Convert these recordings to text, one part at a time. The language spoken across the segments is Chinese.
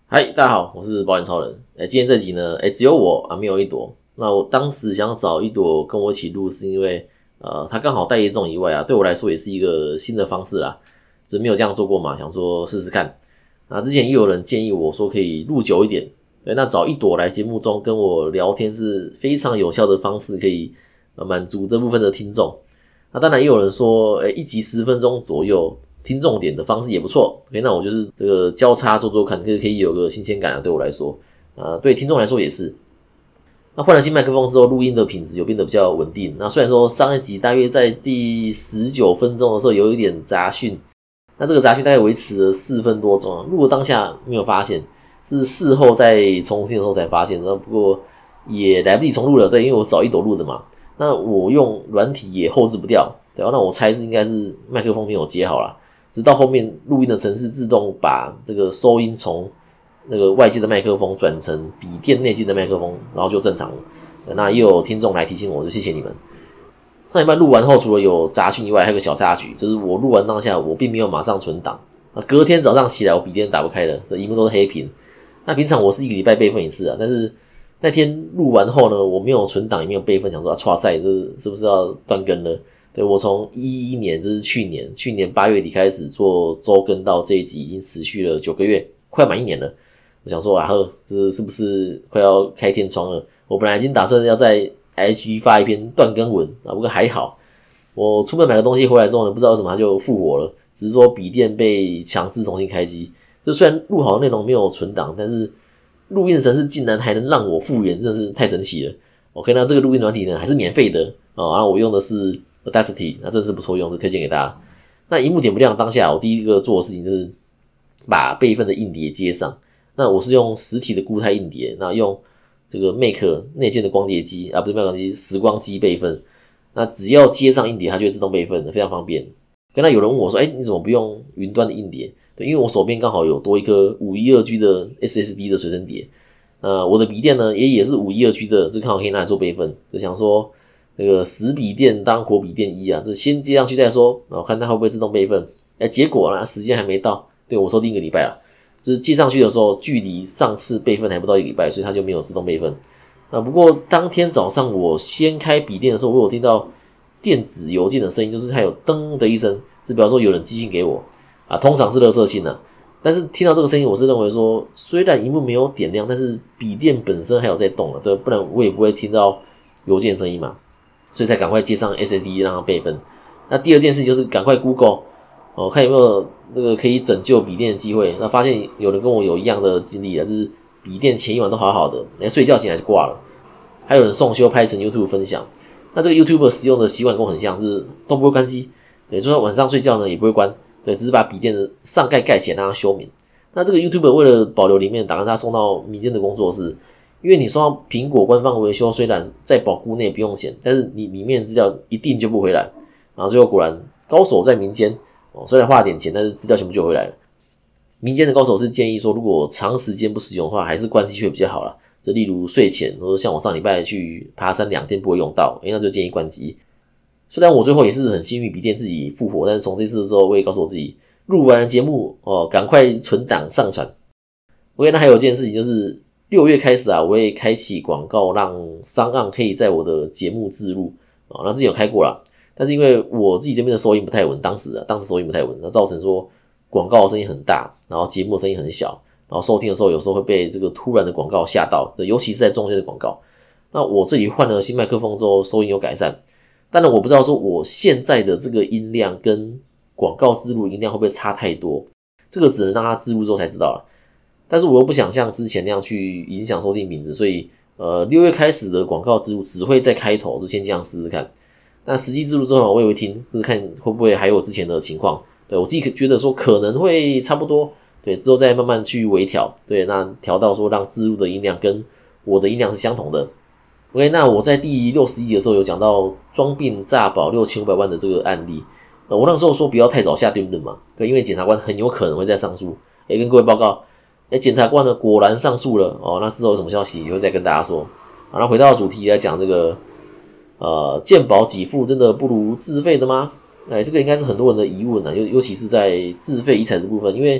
嗨，大家好，我是保险超人。今天这集呢，只有我没有一朵。那我当时想找一朵跟我一起录，是因为他刚好待业中以外对我来说也是一个新的方式啦，就是没有这样做过嘛，想说试试看。那之前也有人建议我说可以录久一点，对，那找一朵来节目中跟我聊天是非常有效的方式，可以满足这部分的听众。那当然也有人说，一集10分钟左右。听重点的方式也不错 ，OK， 那我就是这个交叉做看，可以有个新鲜感对我来说，对听众来说也是。那换了新麦克风之后，录音的品质有变得比较稳定。那虽然说上一集大约在第19分钟的时候有一点杂讯，那这个杂讯大概维持了4分多钟，录的当下没有发现，是事后在重听的时候才发现。不过也来不及重录了，对，因为我找一朵录的嘛。那我用软体也后置不掉，对那我猜是应该是麦克风没有接好啦。直到后面录音的程式自动把这个收音从那个外接的麦克风转成笔电内接的麦克风，然后就正常了。那也有听众来提醒我，就谢谢你们。上一半录完后，除了有杂讯以外，还有个小插曲，就是我录完当下，我并没有马上存档。隔天早上起来，我笔电打不开了，萤幕都是黑屏。那平常我是1个礼拜备份一次但是那天录完后呢，我没有存档，也没有备份，想说哇塞，这是不是要断更了？对，我从2011年，就是去年8月底开始做周更到这一集，已经持续了9个月，快满1年了。我想说这是不是快要开天窗了？我本来已经打算要在 IG 发一篇断更文不过还好，我出门买个东西回来之后呢，不知道为什么它就复活了，只是说笔电被强制重新开机。就虽然录好的内容没有存档，但是录音的程式竟然还能让我复原，真的是太神奇了。OK， 那这个录音软体呢还是免费的然后我用的是 Audacity， 那真的是不错用，就推荐给大家。那萤幕点不亮当下，我第一个做的事情就是把备份的硬碟接上。那我是用实体的固态硬碟，那用这个 Mac 内建的光碟机不是光碟机，时光机备份。那只要接上硬碟，它就会自动备份的，非常方便。那有人问我说，你怎么不用云端的硬碟？对，因为我手边刚好有多一颗 512G 的 SSD 的随身碟。我的笔电呢也是 512G 的，这刚好可以拿来做备份。就想说那个死笔电当活笔电1这先接上去再说，然后看它会不会自动备份。结果呢时间还没到，对我收定1个礼拜了，就是接上去的时候距离上次备份还不到1个礼拜，所以它就没有自动备份。不过当天早上我先开笔电的时候，我有听到电子邮件的声音，就是它有噔的一声，就比方说有人寄信给我通常是垃圾信但是听到这个声音，我是认为说，虽然萤幕没有点亮，但是笔电本身还有在动对，不然我也不会听到邮件声音嘛，所以才赶快接上 SSD 让它备份。那第二件事就是赶快 Google 看有没有这个可以拯救笔电的机会。那发现有人跟我有一样的经历就是笔电前一晚都好好的，睡觉醒来就挂了。还有人送修拍成 YouTube 分享。那这个 YouTube 使用的习惯跟我很像，是都不会关机，对，就算晚上睡觉呢也不会关。对，只是把笔电的上盖盖起来让它休眠。那这个 YouTuber 为了保留里面的档案，他送到民间的工作室，因为你送到苹果官方维修，虽然在保固内不用钱，但是你里面的资料一定就不回来。然后最后果然高手在民间虽然花了点钱，但是资料全部就回来了。民间的高手是建议说，如果长时间不使用的话，还是关机会比较好啦。就例如睡前，或者像我上礼拜去爬山2天不会用到，那就建议关机。虽然我最后也是很幸运笔电自己复活，但是从这次之后我也告诉我自己，录完节目赶快存档上传。OK， 那还有一件事情就是6月开始我会开启广告，让SoundOn可以在我的节目置入那之前有开过啦，但是因为我自己这边的收音不太稳，当时收音不太稳，那造成说广告的声音很大，然后节目的声音很小，然后收听的时候有时候会被这个突然的广告吓到，尤其是在中间的广告。那我这里换了新麦克风之后，收音有改善。当然我不知道说我现在的这个音量跟广告植入音量会不会差太多，这个只能让它植入之后才知道了。但是我又不想像之前那样去影响收听品质，所以6月开始的广告植入只会在开头，就先这样试试看。那实际植入之后我也会听，就是看会不会还有之前的情况。对，我自己觉得说可能会差不多，对，之后再慢慢去微调，对，那调到说让植入的音量跟我的音量是相同的。OK， 那我在第61集的时候有讲到装病诈保6500万的这个案例。我那个时候说不要太早下定论嘛，对，因为检察官很有可能会再上诉。跟各位报告，检察官呢果然上诉了那之后有什么消息也会再跟大家说。好，那回到主题来讲这个健保给付真的不如自费的吗？这个应该是很多人的疑问尤其是在自费医材的部分，因为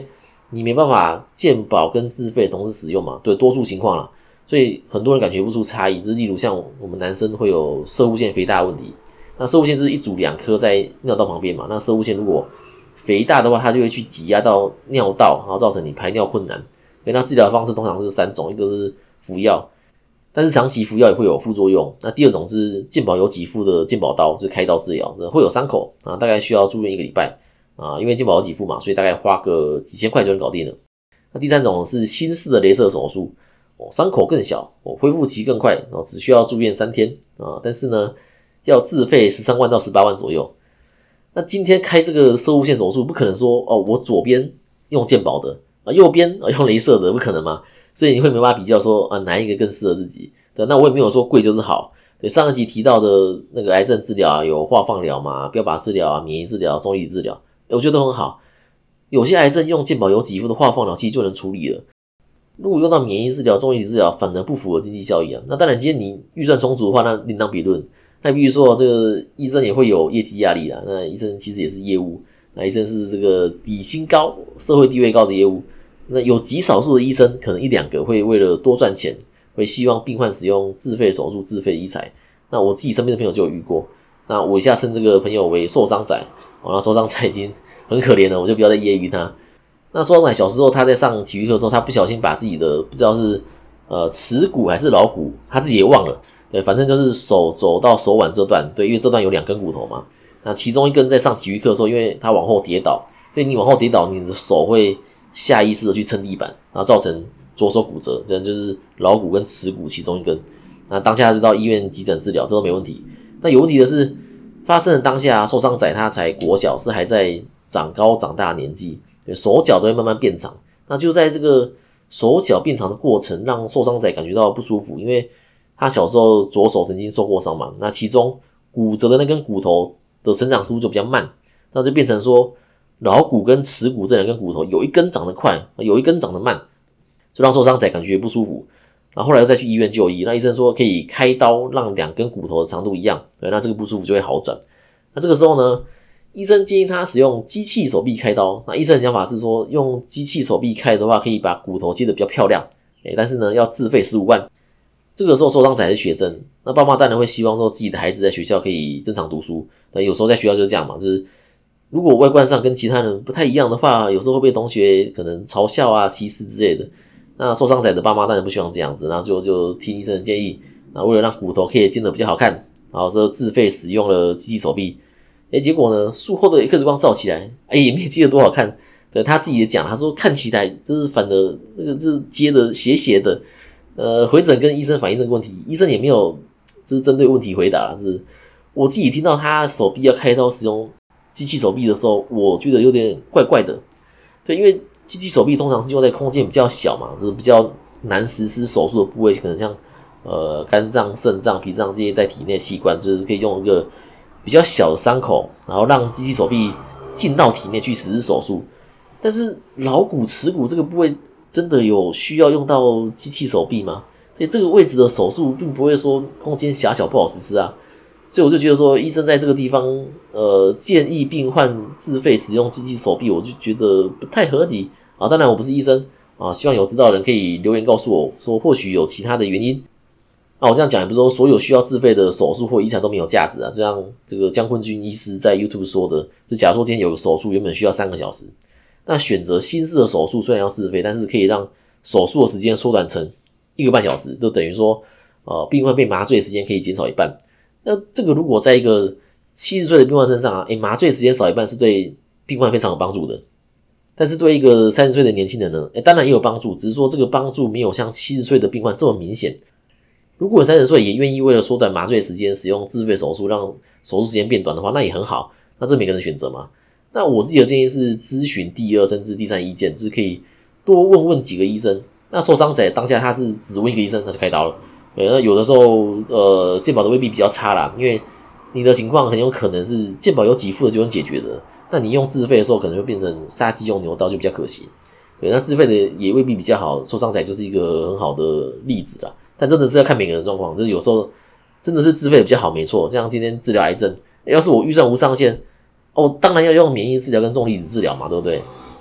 你没办法健保跟自费同时使用嘛，对，多数情况啦，所以很多人感觉不出差异，就是例如像我们男生会有攝護腺肥大的问题，那攝護腺就是一组2颗在尿道旁边嘛，那攝護腺如果肥大的话，它就会去挤压到尿道，然后造成你排尿困难。那治疗方式通常是3种，一个是服药，但是长期服药也会有副作用。那第二种是健保有给付的健保刀，就是开刀治疗，会有伤口啊，大概需要住院1个礼拜啊，因为健保有给付嘛，所以大概花个几千块就能搞定了。那第三种是新式的雷射手术，伤口更小，恢复期更快，只需要住院3天啊，但是呢要自费13万到18万左右。那今天开这个攝護腺手术，不可能说我左边用健保的右边用雷射的，不可能嘛？所以你会没办法比较说哪一个更适合自己。对，那我也没有说贵就是好。对，上一集提到的那个癌症治疗有化放疗嘛、标靶治疗免疫治疗、中医治疗，我觉得都很好。有些癌症用健保有给付的化放疗其实就能处理了。如果用到免疫治疗、中医治疗，反而不符合经济效益啊。那当然，今天你预算充足的话，那另当别论。那比如说这个医生也会有业绩压力啦，那医生其实也是业务，那医生是这个底薪高、社会地位高的业务。那有极少数的医生，可能1-2个会为了多赚钱，会希望病患使用自费手术、自费医材。那我自己身边的朋友就有遇过。那我以下称这个朋友为受伤仔，那受伤仔已经很可怜了，我就不要再揶揄他。那受伤仔小时候他在上体育课的时候，他不小心把自己的不知道是耻骨还是桡骨，他自己也忘了。对，反正就是手肘到手腕这段，对，因为这段有2根骨头嘛。那其中一根在上体育课的时候，因为他往后跌倒，所以你往后跌倒，你的手会下意识的去撑地板，然后造成左手骨折，这就是桡骨跟耻骨其中一根。那当下就到医院急诊治疗，这都没问题。那有问题的是，发生的当下，受伤仔他才国小，是还在长高长大的年纪，手脚都会慢慢变长。那就在这个手脚变长的过程，让受伤仔感觉到不舒服，因为他小时候左手曾经受过伤嘛，那其中骨折的那根骨头的成长速度就比较慢，那就变成说桡骨跟耻骨这2根骨头有一根长得快，有一根长得慢，就让受伤仔感觉不舒服。然后后来又再去医院就医，那医生说可以开刀让2根骨头的长度一样，对，那这个不舒服就会好转。那这个时候呢，医生建议他使用机器手臂开刀。那医生的想法是说，用机器手臂开的话，可以把骨头接得比较漂亮，但是呢要自费15万。这个时候受伤仔还是学生，那爸妈当然会希望说自己的孩子在学校可以正常读书。但有时候在学校就是这样嘛，就是如果外观上跟其他人不太一样的话，有时候会被同学可能嘲笑啊、歧视之类的。那受伤仔的爸妈当然不希望这样子，然后就听医生的建议，那为了让骨头可以建得比较好看，然后就自费使用了机器手臂。结果呢，术后的 X 光照起来，也没接得多好看。对，他自己也讲，他说看起来就是反而那个就是接的斜斜的。回诊跟医生反映这个问题，医生也没有就是针对问题回答啦，是我自己听到他手臂要开刀使用机器手臂的时候，我觉得有点怪怪的。对，因为机器手臂通常是用在空间比较小嘛，就是比较难实施手术的部位，可能像肝脏、肾脏、脾脏这些在体内器官，就是可以用一个比较小的伤口，然后让机器手臂进到体内去实施手术。但是桡骨、耻骨这个部位真的有需要用到机器手臂吗？所以这个位置的手术并不会说空间狭小不好实施啊。所以我就觉得说，医生在这个地方建议病患自费使用机器手臂，我就觉得不太合理啊。当然我不是医生啊，希望有知道的人可以留言告诉我说，或许有其他的原因。我这样讲也不是说所有需要自费的手术或医材都没有价值啊。就像这个江坤君医师在 YouTube 说的，就假如说今天有个手术原本需要3个小时，那选择新式的手术虽然要自费，但是可以让手术的时间缩短成1个半小时，就等于说病患被麻醉的时间可以减少一半。那这个如果在一个70岁的病患身上麻醉时间少一半是对病患非常有帮助的。但是对一个30岁的年轻人呢，当然也有帮助，只是说这个帮助没有像70岁的病患这么明显。如果30岁也愿意为了缩短麻醉时间使用自费手术，让手术时间变短的话，那也很好。那这每个人选择嘛。那我自己的建议是咨询第2甚至第3意见，就是可以多问几个医生。那受伤者当下他是只问一个医生，他就开刀了。对，那有的时候健保的未必比较差啦，因为你的情况很有可能是健保有给付的就能解决的，那你用自费的时候可能会变成杀鸡用牛刀，就比较可惜。对，那自费的也未必比较好，受伤者就是一个很好的例子啦。但真的是要看每个人的状况，就是有时候真的是自费的比较好，没错。像今天治疗癌症，要是我预算无上限，当然要用免疫治疗跟重离子治疗嘛，对不对？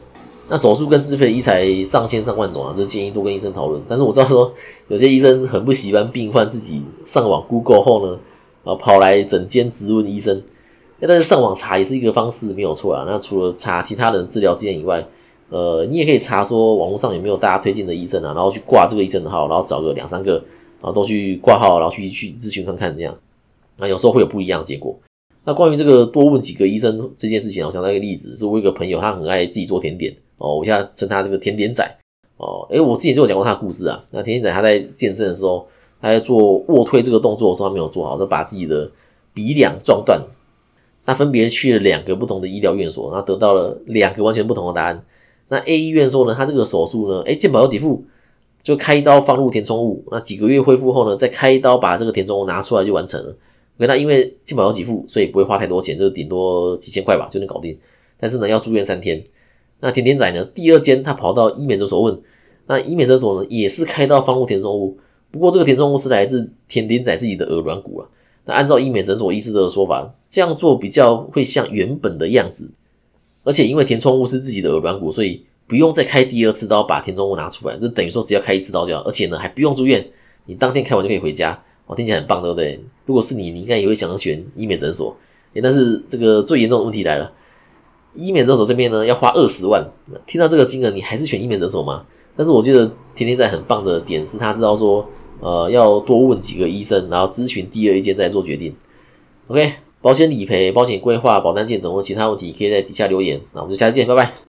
那手术跟自费的医材上千上万种啊，这建议多跟医生讨论。但是我知道说有些医生很不喜欢病患自己上网 Google 后呢，跑来诊间质问医生。但是上网查也是一个方式，没有错啊。那除了查其他人治疗经验以外，你也可以查说网络上有没有大家推荐的医生啊，然后去挂这个医生的号，然后找个2-3个，然后都去挂号，然后去咨询看看这样。那有时候会有不一样的结果。那关于这个多问几个医生这件事情，我想到一个例子，是我有一个朋友，他很爱自己做甜点我现在称他这个甜点仔我之前就有讲过他的故事啊。那甜点仔他在健身的时候，他在做卧推这个动作的时候，他没有做好，就把自己的鼻梁撞断。他分别去了2个不同的医疗院所，然后得到了2个完全不同的答案。那 A 医院说呢，他这个手术呢，健保有给付，就开刀放入填充物，那几个月恢复后呢，再开刀把这个填充物拿出来就完成了。那因为健保有给付，所以不会花太多钱，就顶多几千块吧就能搞定。但是呢，要住院3天。那甜甜仔呢，第2间他跑到医美诊所问，那医美诊所呢也是开刀放入填充物，不过这个填充物是来自甜甜仔自己的耳软骨那按照医美诊所医师的说法，这样做比较会像原本的样子，而且因为填充物是自己的耳软骨，所以不用再开第2次刀把填充物拿出来，就等于说只要开1次刀就好，而且呢还不用住院，你当天开完就可以回家听起来很棒，对不对？如果是你应该也会想要选医美诊所但是这个最严重的问题来了，医美诊所这边呢要花20万，听到这个金额你还是选医美诊所吗？但是我觉得甜甜仔很棒的点是他知道说要多问几个医生，然后咨询第2意见再做决定。 OK， 保险理赔、保险规划、保单健诊或其他问题可以在底下留言，那我们就下次见，拜拜。